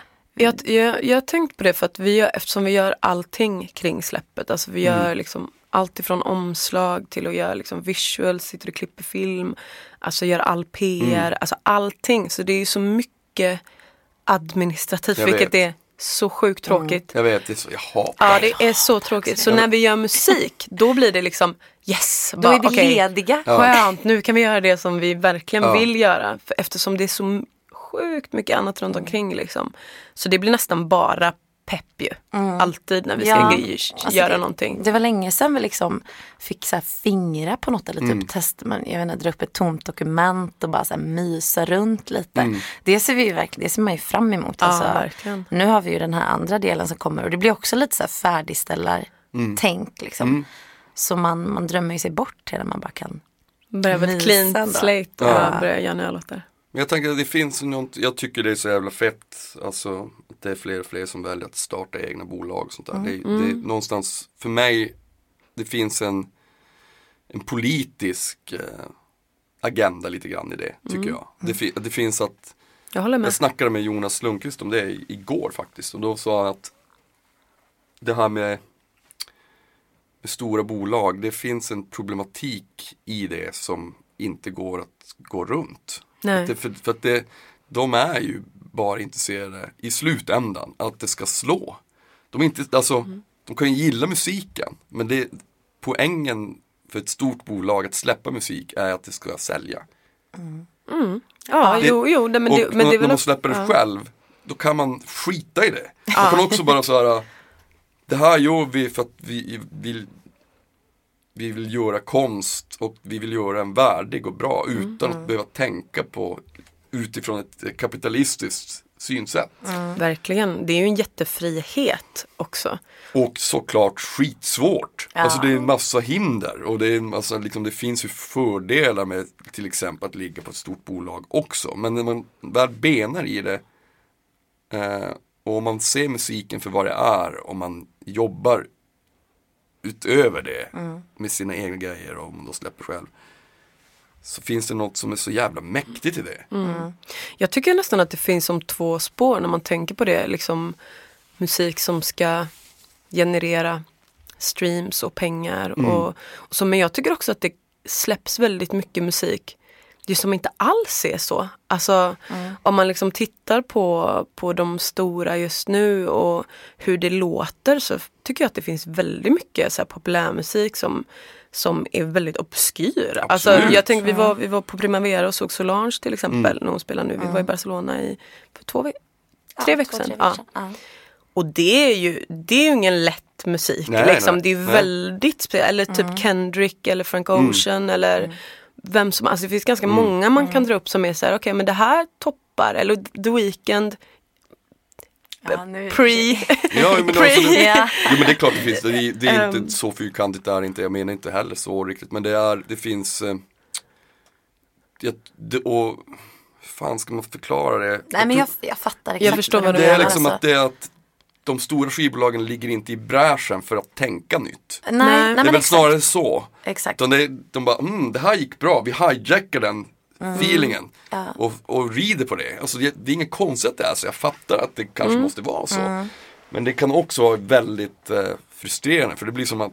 Jag har tänkt på det för att eftersom vi gör allting kring släppet, alltså vi gör liksom allt ifrån omslag till att göra liksom visuals, sitter och klipper film, alltså gör all PR, alltså allting, så det är ju så mycket administrativt, vilket är så sjukt tråkigt. Jag vet, jag hatar det är så tråkigt. Så när vi gör musik, då blir det liksom yes, då är vi lediga. Skönt, nu kan vi göra det som vi verkligen vill göra, för eftersom det är så sjukt mycket annat runt omkring liksom. Så det blir nästan bara pepp ju. Alltid när vi ska göra någonting. Det var länge sedan vi liksom fick så här fingra på något eller typ testa, men jag vet inte, dra upp ett tomt dokument och bara så här mysa runt lite. Det ser man ju fram emot. Alltså. Verkligen. Nu har vi ju den här andra delen som kommer och det blir också lite så här färdigställar-tänk liksom. Så man drömmer ju sig till när man bara kan börja med ett clean slate och börja göra nya låtar. Men jag tänker att det finns något, jag tycker det är så jävla fett, alltså att det är fler och fler som väljer att starta egna bolag och sånt där. Det är någonstans, för mig, det finns en politisk agenda lite grann i det, tycker jag. Det finns att, jag håller med. Jag snackade med Jonas Lundqvist om det igår faktiskt, och då sa han att det här med stora bolag, det finns en problematik i det som inte går att gå runt. För att de är ju bara intresserade i slutändan att det ska slå. De kan ju gilla musiken, men poängen för ett stort bolag att släppa musik är att det ska sälja. Ja, jo, men det när är väl man släpper det själv, då kan man skita i det. Man kan också bara så här, det här gör vi för att vi vill göra konst och vi vill göra en värdig och bra utan att behöva tänka på utifrån ett kapitalistiskt synsätt. Verkligen, det är ju en jättefrihet också. Och såklart skitsvårt. Alltså det är en massa hinder och det är en massa, liksom, det finns ju fördelar med till exempel att ligga på ett stort bolag också. Men när man väl benar i det och om man ser musiken för vad det är och man jobbar utöver det med sina egna grejer och om man då släpper själv, så finns det något som är så jävla mäktigt i det. Jag tycker nästan att det finns som två spår när man tänker på det, liksom musik som ska generera streams och pengar och så, men jag tycker också att det släpps väldigt mycket musik det som inte alls är så. Alltså om man liksom tittar på de stora just nu och hur det låter, så tycker jag att det finns väldigt mycket så här populärmusik som är väldigt obskyr. Alltså jag tänkte vi var på Primavera och såg Solange till exempel när hon spelar nu. Vi var i Barcelona för 3 veckor sedan. Och det är ju ingen lätt musik. Nej. Det är väldigt eller typ Kendrick eller Frank Ocean eller vem som, alltså det finns ganska många man kan dra upp som är så här, okej, men det här toppar, eller The Weeknd men det är klart det finns, det är inte så fyrkantigt där, inte, jag menar inte heller så riktigt, men det finns och fan ska man förklara det? Nej, men jag fattar exakt. Jag förstår vad du menar. Det är liksom alltså. att det är att de stora skivbolagen ligger inte i bräschen för att tänka nytt. Nej, det är väl snarare så. Exakt. De bara, det här gick bra, vi hijackar den feelingen och rider på det. Alltså det är inget konstigt där, så jag fattar att det kanske måste vara så. Men det kan också vara väldigt frustrerande, för det blir som att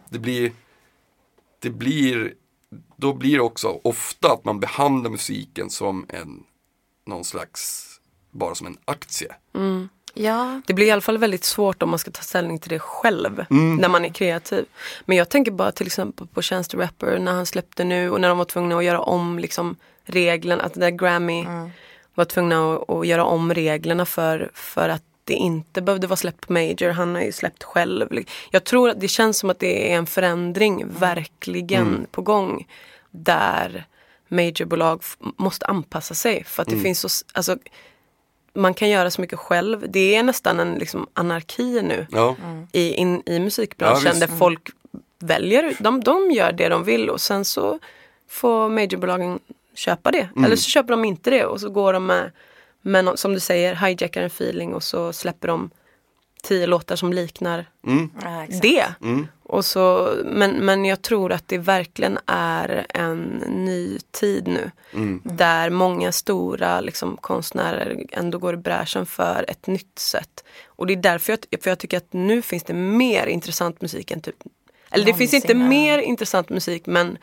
då blir det också ofta att man behandlar musiken som någon slags, bara som en aktie. Ja. Det blir i alla fall väldigt svårt om man ska ta ställning till det själv när man är kreativ. Men jag tänker bara till exempel på Chance the Rapper när han släppte nu och när de var tvungna att göra om liksom reglerna, att det där Grammy var tvungna att göra om reglerna för att det inte behövde vara släppt på Major. Han har ju släppt själv. Jag tror att det känns som att det är en förändring verkligen på gång. Där majorbolag måste anpassa sig. För att det finns så... Alltså, man kan göra så mycket själv. Det är nästan en liksom, anarki nu i musikbranschen. Där folk väljer, de gör det de vill. Och sen så får majorbolagen köpa det. Eller så köper de inte det. Och så går de med som du säger, hijackar en feeling. Och så släpper de 10 låtar som liknar det. Och så, men jag tror att det verkligen är en ny tid nu. Där många stora liksom, konstnärer ändå går i bräschen för ett nytt sätt. Och det är därför jag tycker att nu finns det mer intressant musik än typ... Eller det finns inte mer intressant musik, men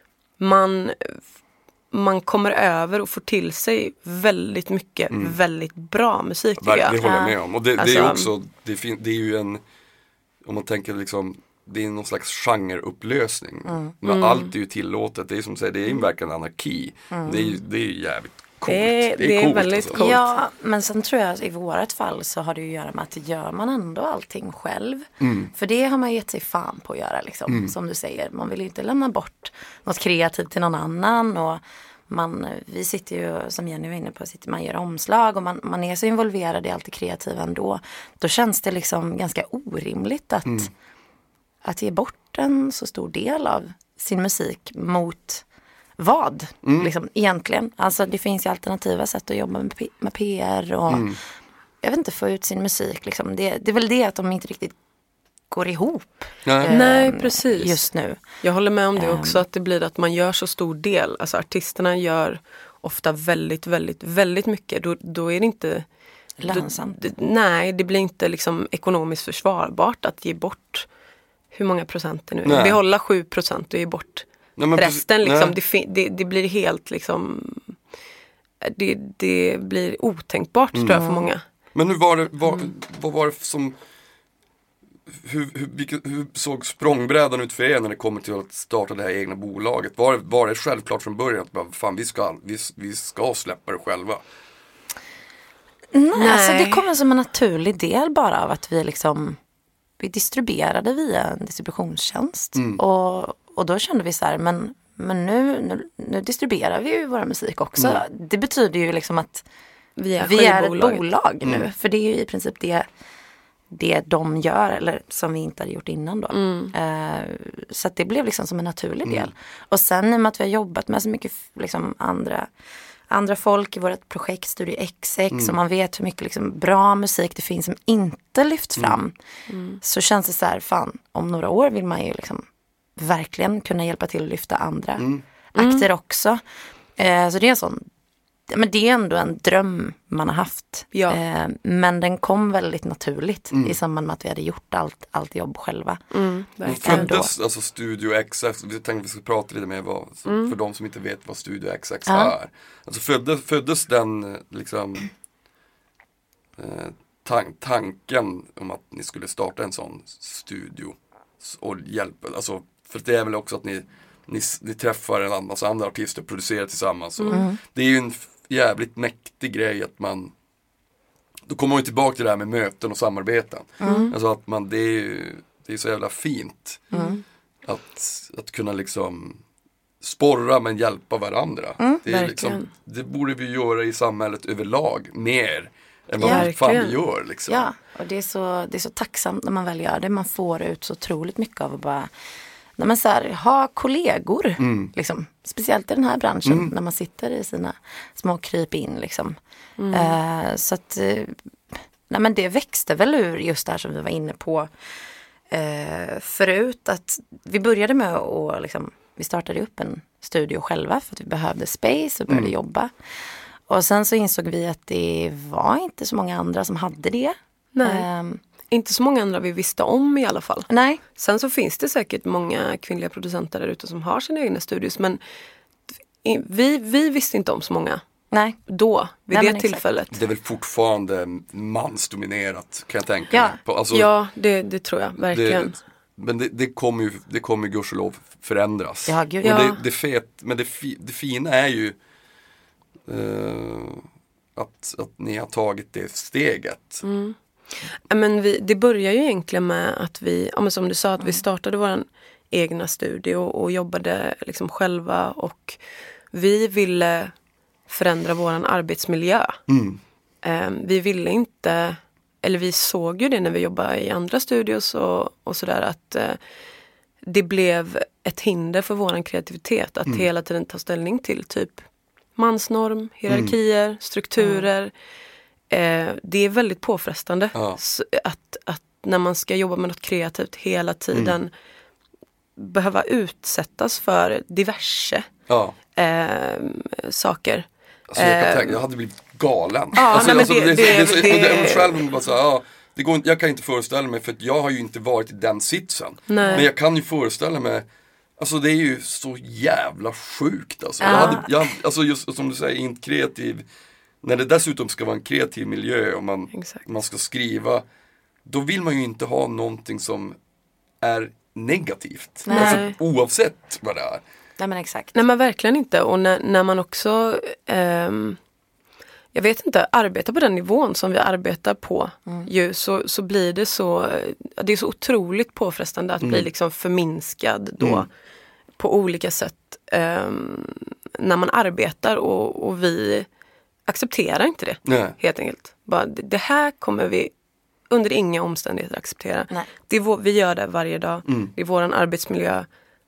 man kommer över och får till sig väldigt mycket väldigt bra musik, tycker jag. Det håller jag med om. Och det är också, det är ju en, om man tänker liksom, det är någon slags genreupplösning. Men allt är ju tillåtet. Det är som du säger, det är ju verkligen anarki. Det är ju jävligt coolt. Det är coolt, väldigt alltså. coolt. Ja, men sen tror jag att i vårat fall så har det ju att göra med att gör man ändå allting själv. För det har man gett sig fan på att göra liksom. Som du säger, man vill ju inte lämna bort något kreativt till någon annan. Och vi sitter ju, som Jenny var inne på, man gör omslag och man är så involverad i allt det kreativa ändå. Då känns det liksom ganska orimligt att ge bort en så stor del av sin musik mot vad, liksom, egentligen. Alltså det finns ju alternativa sätt att jobba med PR och jag vet inte, få ut sin musik liksom. Det är väl det att de inte riktigt går ihop. Nej, precis. Just nu. Jag håller med om det också, att det blir att man gör så stor del. Alltså artisterna gör ofta väldigt, väldigt, väldigt mycket. Då är det inte... Lönsamt. Nej, det blir inte liksom ekonomiskt försvarbart att ge bort hur många procent det nu är. Nej. Behålla 7% och ge bort resten. Liksom, det blir helt liksom... Det blir otänkbart, tror jag, för många. Men vad var det som... Hur såg språngbrädan ut för er när det kommer till att starta det här egna bolaget? Var det självklart från början att fan, vi ska släppa det själva? Nej, alltså det kommer som en naturlig del bara av att vi distribuerade via en distributionstjänst. Och då kände vi så här, men nu distribuerar vi ju vår musik också. Det betyder ju liksom att vi är ett bolag nu. För det är ju i princip det de gör, eller som vi inte hade gjort innan då. Så att det blev liksom som en naturlig del. Och sen i och med att vi har jobbat med så mycket liksom andra folk i vårt projekt Studio XX, och man vet hur mycket liksom bra musik det finns som inte lyfts fram, så känns det så här, fan, om några år vill man ju liksom verkligen kunna hjälpa till att lyfta andra akter också. Så det är en sån, men det är ändå en dröm man har haft. Ja. Mm. Men den kom väldigt naturligt i samband med att vi hade gjort allt jobb själva. Men föddes alltså Studio XX, vi tänkte att vi ska prata lite mer för de som inte vet vad Studio XX är. Alltså föddes den liksom tanken om att ni skulle starta en sån studio och hjälpa, alltså, för det är väl också att ni träffar en massa andra artister och producerar tillsammans. Och det är ju en jävligt mäktig grej att då kommer man ju tillbaka till det här med möten och samarbeten. Alltså att det är så jävla fint att kunna liksom sporra men hjälpa varandra. Det är liksom, det borde vi göra i samhället överlag mer än vad fan vi gör liksom. Ja, och det är så tacksamt när man väl gör det. Man får ut så otroligt mycket av att bara när man så här, ha kollegor liksom, speciellt i den här branschen när man sitter i sina små kryp in liksom. Så att nej, men det växte väl ur just det här som vi var inne på förut, att vi började med att liksom, vi startade upp en studio själva för att vi behövde space och började jobba. Och sen så insåg vi att det var inte så många andra som hade det. Nej. Inte så många andra vi visste om i alla fall. Nej. Sen så finns det säkert många kvinnliga producenter där ute som har sina egna studios. Men vi visste inte om så många. Nej. Då, vid det tillfället. Det är väl fortfarande mansdominerat, kan jag tänka mig. Alltså, ja, det tror jag, verkligen. Men det kommer ju gudskelov förändras. Ja, gud. Men det fina är ju att ni har tagit det steget? Men det börjar ju egentligen med att vi, ja, men som du sa, att vi startade vår egna studio och jobbade liksom själva, och vi ville förändra våran arbetsmiljö. Vi ville inte, eller vi såg ju det när vi jobbade i andra studios och sådär, att det blev ett hinder för våran kreativitet att hela tiden ta ställning till typ mansnorm, hierarkier, strukturer. Det är väldigt påfrestande att när man ska jobba med något kreativt hela tiden behöva utsättas för diverse saker. Alltså jag hade blivit galen. Det går inte, jag kan inte föreställa mig, för att jag har ju inte varit i den sitsen. Nej. Men jag kan ju föreställa mig, alltså det är ju så jävla sjukt alltså. Alltså just som du säger, inte kreativ, när det dessutom ska vara en kreativ miljö och man ska skriva, då vill man ju inte ha någonting som är negativt. Alltså, oavsett vad det är. Nej, men exakt. Nej, men verkligen inte. Och när man också, jag vet inte, arbetar på den nivån som vi arbetar på ju, så blir det så, det är så otroligt påfrestande att bli liksom förminskad då på olika sätt när man arbetar, och vi accepterar inte det. Nej. Helt enkelt. Bara, det här kommer vi under inga omständigheter acceptera. Nej. Vi gör det varje dag. Det är våran arbetsmiljö.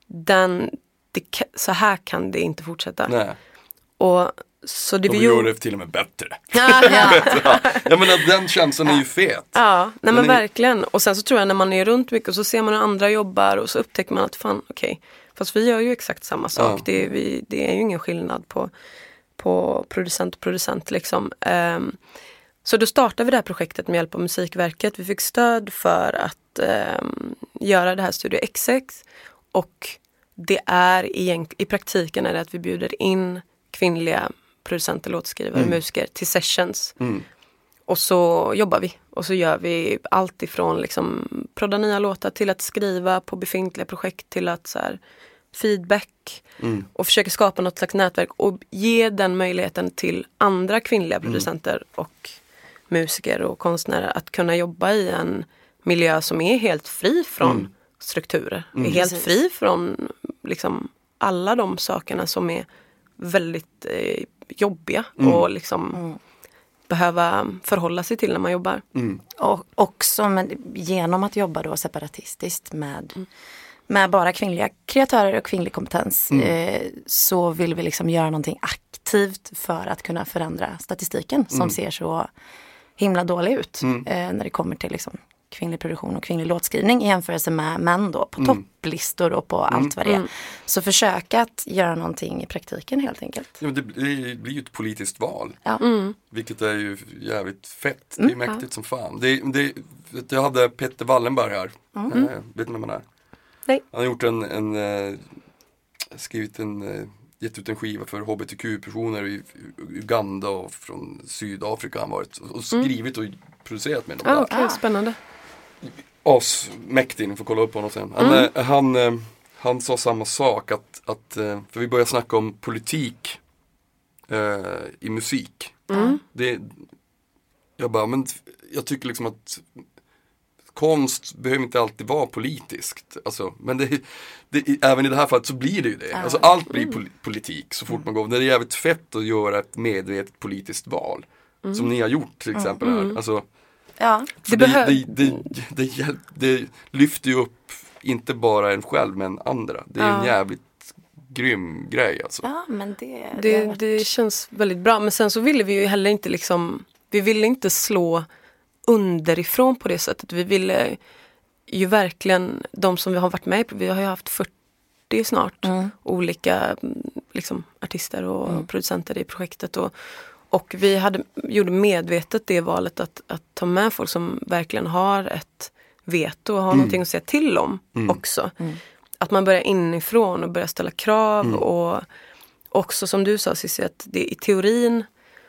Så här kan det inte fortsätta. Nej. Och så det och vi vi gör det till och med bättre. Ja. Jag menar, den känslan är ju fet. Ja, nej men verkligen. Och sen så tror jag när man är runt mycket och så ser man hur andra jobbar, och så upptäcker man att fan, okej. Fast vi gör ju exakt samma sak. Det är ju ingen skillnad på producent liksom. Så då startade vi det här projektet med hjälp av Musikverket. Vi fick stöd för att göra det här Studio XX, och det är i praktiken är det att vi bjuder in kvinnliga producenter, låtskrivare, musiker till sessions. Och så jobbar vi. Och så gör vi allt ifrån liksom prodda nya låtar till att skriva på befintliga projekt, till att så här, feedback och försöka skapa något slags nätverk och ge den möjligheten till andra kvinnliga producenter och musiker och konstnärer att kunna jobba i en miljö som är helt fri från strukturer. Är helt fri från liksom alla de sakerna som är väldigt jobbiga och liksom behöva förhålla sig till när man jobbar. Och också genom att jobba då separatistiskt med bara kvinnliga kreatörer och kvinnlig kompetens så vill vi liksom göra någonting aktivt för att kunna förändra statistiken som ser så himla dålig ut när det kommer till liksom kvinnlig produktion och kvinnlig låtskrivning i jämförelse med män då på topplistor och på allt vad det är. Så försöka att göra någonting i praktiken helt enkelt. Ja, men det blir ju ett politiskt val. Ja. Vilket är ju jävligt fett. Det är mäktigt som fan. Jag hade Peter Wallenberg här. Vet ni vem han är? Nej. Han har gjort gett ut en skiva för hbtq-personer i Uganda och från Sydafrika han varit. Och skrivit och producerat med dem. Okej, spännande. Mäktig, ni får kolla upp honom sen. Han sa samma sak, att för vi börjar snacka om politik i musik. Jag tycker liksom att konst behöver inte alltid vara politiskt. Alltså, men även i det här fallet så blir det ju det. Alltså, allt blir politik så fort man går. Det är jävligt fett att göra ett medvetet politiskt val. Som ni har gjort till exempel här. Alltså, ja. Det lyfter ju upp inte bara en själv men andra. Det är en jävligt grym grej alltså. Ja, men det känns väldigt bra. Men sen så ville vi ju heller inte liksom, vi ville inte slå underifrån på det sättet. Vi ville ju verkligen, de som vi har varit med på, vi har ju haft 40 snart olika liksom, artister och producenter i projektet, och vi gjorde medvetet det valet att ta med folk som verkligen har ett veto och har någonting att säga till om också. Att man börjar inifrån och börjar ställa krav, och också som du sa Cissi, att det i teorin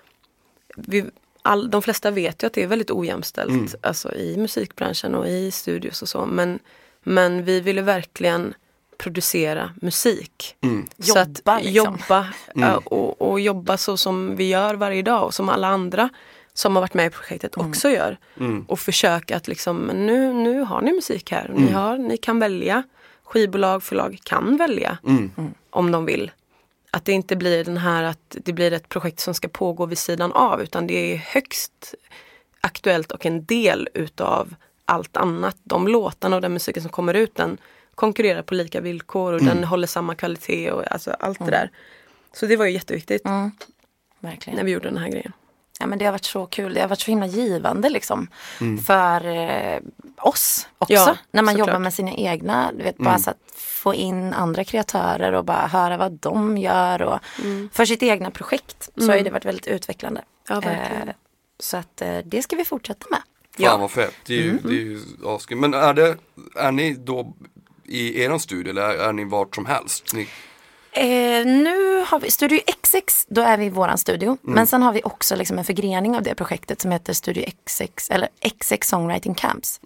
de flesta vet ju att det är väldigt ojämställt alltså i musikbranschen och i studios och så, men vi ville verkligen producera musik. Så Jobba, att liksom. jobba och jobba så som vi gör varje dag och som alla andra som har varit med i projektet också gör. Och försöka att liksom, nu har ni musik här. Ni kan välja. Skivbolag, förlag kan välja om de vill. Att det inte blir den här att det blir ett projekt som ska pågå vid sidan av, utan det är högst aktuellt och en del utav allt annat. De låtarna och den musiken som kommer ut, den konkurrerar på lika villkor och den håller samma kvalitet och alltså allt det där. Så det var ju jätteviktigt Verkligen. när vi gjorde den här grejen. Ja, men det har varit så kul. Det har varit så himla givande liksom. För oss också. Ja, när man såklart. jobbar med sina egna. Du vet, bara så att få in andra kreatörer och bara höra vad de gör. Och för sitt egna projekt så har det varit väldigt utvecklande. Ja, verkligen. Så att det ska vi fortsätta med. Fan vad fett, det är ju askul. Men är ni då i eran studio eller är ni vart som helst? Nu har vi Studio XX, då är vi i våran studio. Men sen har vi också liksom en förgrening av det projektet som heter Studio XX, eller XX Songwriting Camps.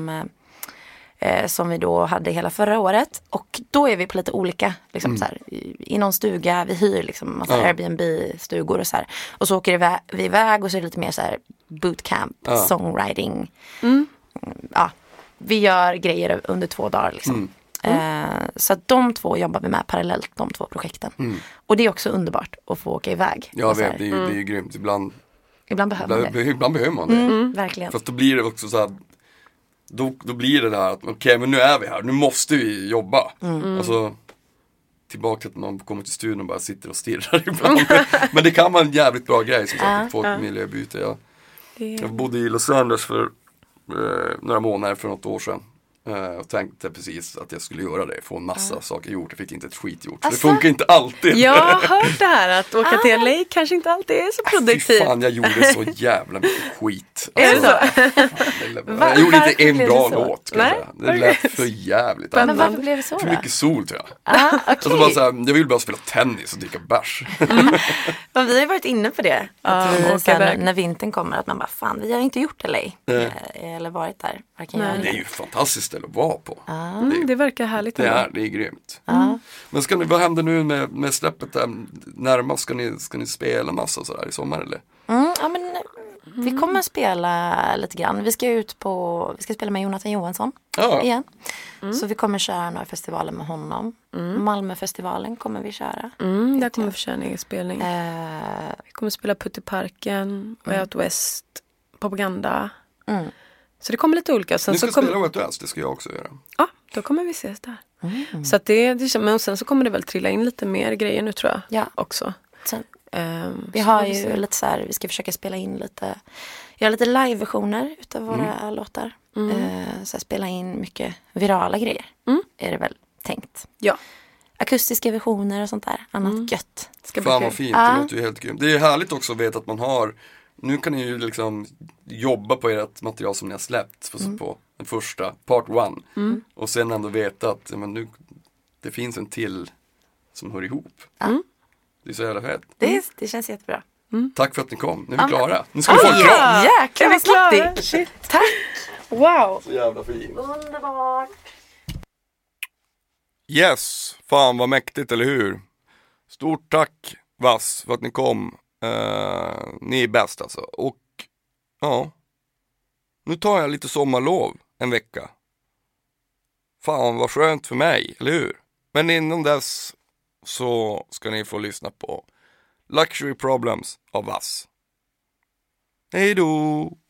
Som vi då hade hela förra året. Och då är vi på lite olika, liksom så här, i någon stuga, vi hyr liksom massa Airbnb-stugor och så här. Och så åker vi iväg och så är det lite mer så här bootcamp, songwriting. Ja, vi gör grejer under 2 dagar liksom. Så att de 2 jobbar vi med parallellt, de 2 projekten. Och det är också underbart att få åka iväg. Jag vet, det är ju grymt. Ibland behöver man det. verkligen. Fast då blir det också så här, då blir det där att okej, men nu är vi här, nu måste vi jobba. Och så tillbaka till att man kommer till studion och bara sitter och stirrar ibland. Men det kan vara en jävligt bra grej som sagt, att få ett miljöbyte. Jag bodde i Los Angeles för några månader för något år sedan. Och tänkte precis att jag skulle göra det. Få en massa saker gjort. Jag fick inte ett skit gjort. Så det funkar inte alltid. Jag har hört det här att åka till LA kanske inte alltid är så produktivt. Fy fan, jag gjorde så jävla mycket skit. Är det så? Jag gjorde inte en blev bra det så? låt. Kan jag säga. Det lät för jävligt. Men varför blev det så För då? mycket sol tror jag. Okej. Alltså bara så här, jag vill bara spela tennis och dricka bärs. Men vi har ju varit inne på det. Att vi, åka sen, iväg. när vintern kommer, att man bara, fan, vi har inte gjort LA. Eller varit där. Varken jag eller Det är ju ett fantastiskt ställe att vara på. Det verkar härligt. Det är grymt. Men vad händer nu med släppet där? Närmast ska ni spela massa sådär i sommar eller? Ja, men vi kommer spela lite grann. Vi ska spela med Jonathan Johansson igen. Så vi kommer köra några festivaler med honom. Malmöfestivalen kommer vi köra. Där kommer vi köra en egen spelning. Vi kommer spela Putteparken, Way Out West, Propaganda. Så det kommer lite olika. Sen Ni ska så kommer... spela Way Out West, det ska jag också göra. Ja, då kommer vi ses där. Så att men sen så kommer det väl trilla in lite mer grejer nu tror jag. Ja. Också. Sen, så vi har får vi ju se. lite så här, vi ska försöka spela in göra lite live-versioner utav våra låtar. Så här, spela in mycket virala grejer. Är det väl tänkt. Ja. Akustiska versioner och sånt där. Annat gött. Ska bli Fan kul. vad fint, det låter ju helt grymt. Det är härligt också att veta att man har, nu kan ni ju liksom jobba på ert material som ni har släppt på den första, part 1. Och sen ändå veta att men nu, det finns en till som hör ihop. Det är så jävla fett. Det känns jättebra. Tack för att ni kom, nu är vi klara. Nu ska vi få en kram. Jäklar Är vi vad snabbt klara? det. Shit. Tack. Wow. Så jävla fint. Underbart. Yes, fan vad mäktigt, eller hur? Stort tack Vass för att ni kom. Ni är bäst alltså. Och ja, nu tar jag lite sommarlov en vecka. Fan vad skönt för mig, eller hur? Men innan dess så ska ni få lyssna på Luxury Problems av Vass. Hej då!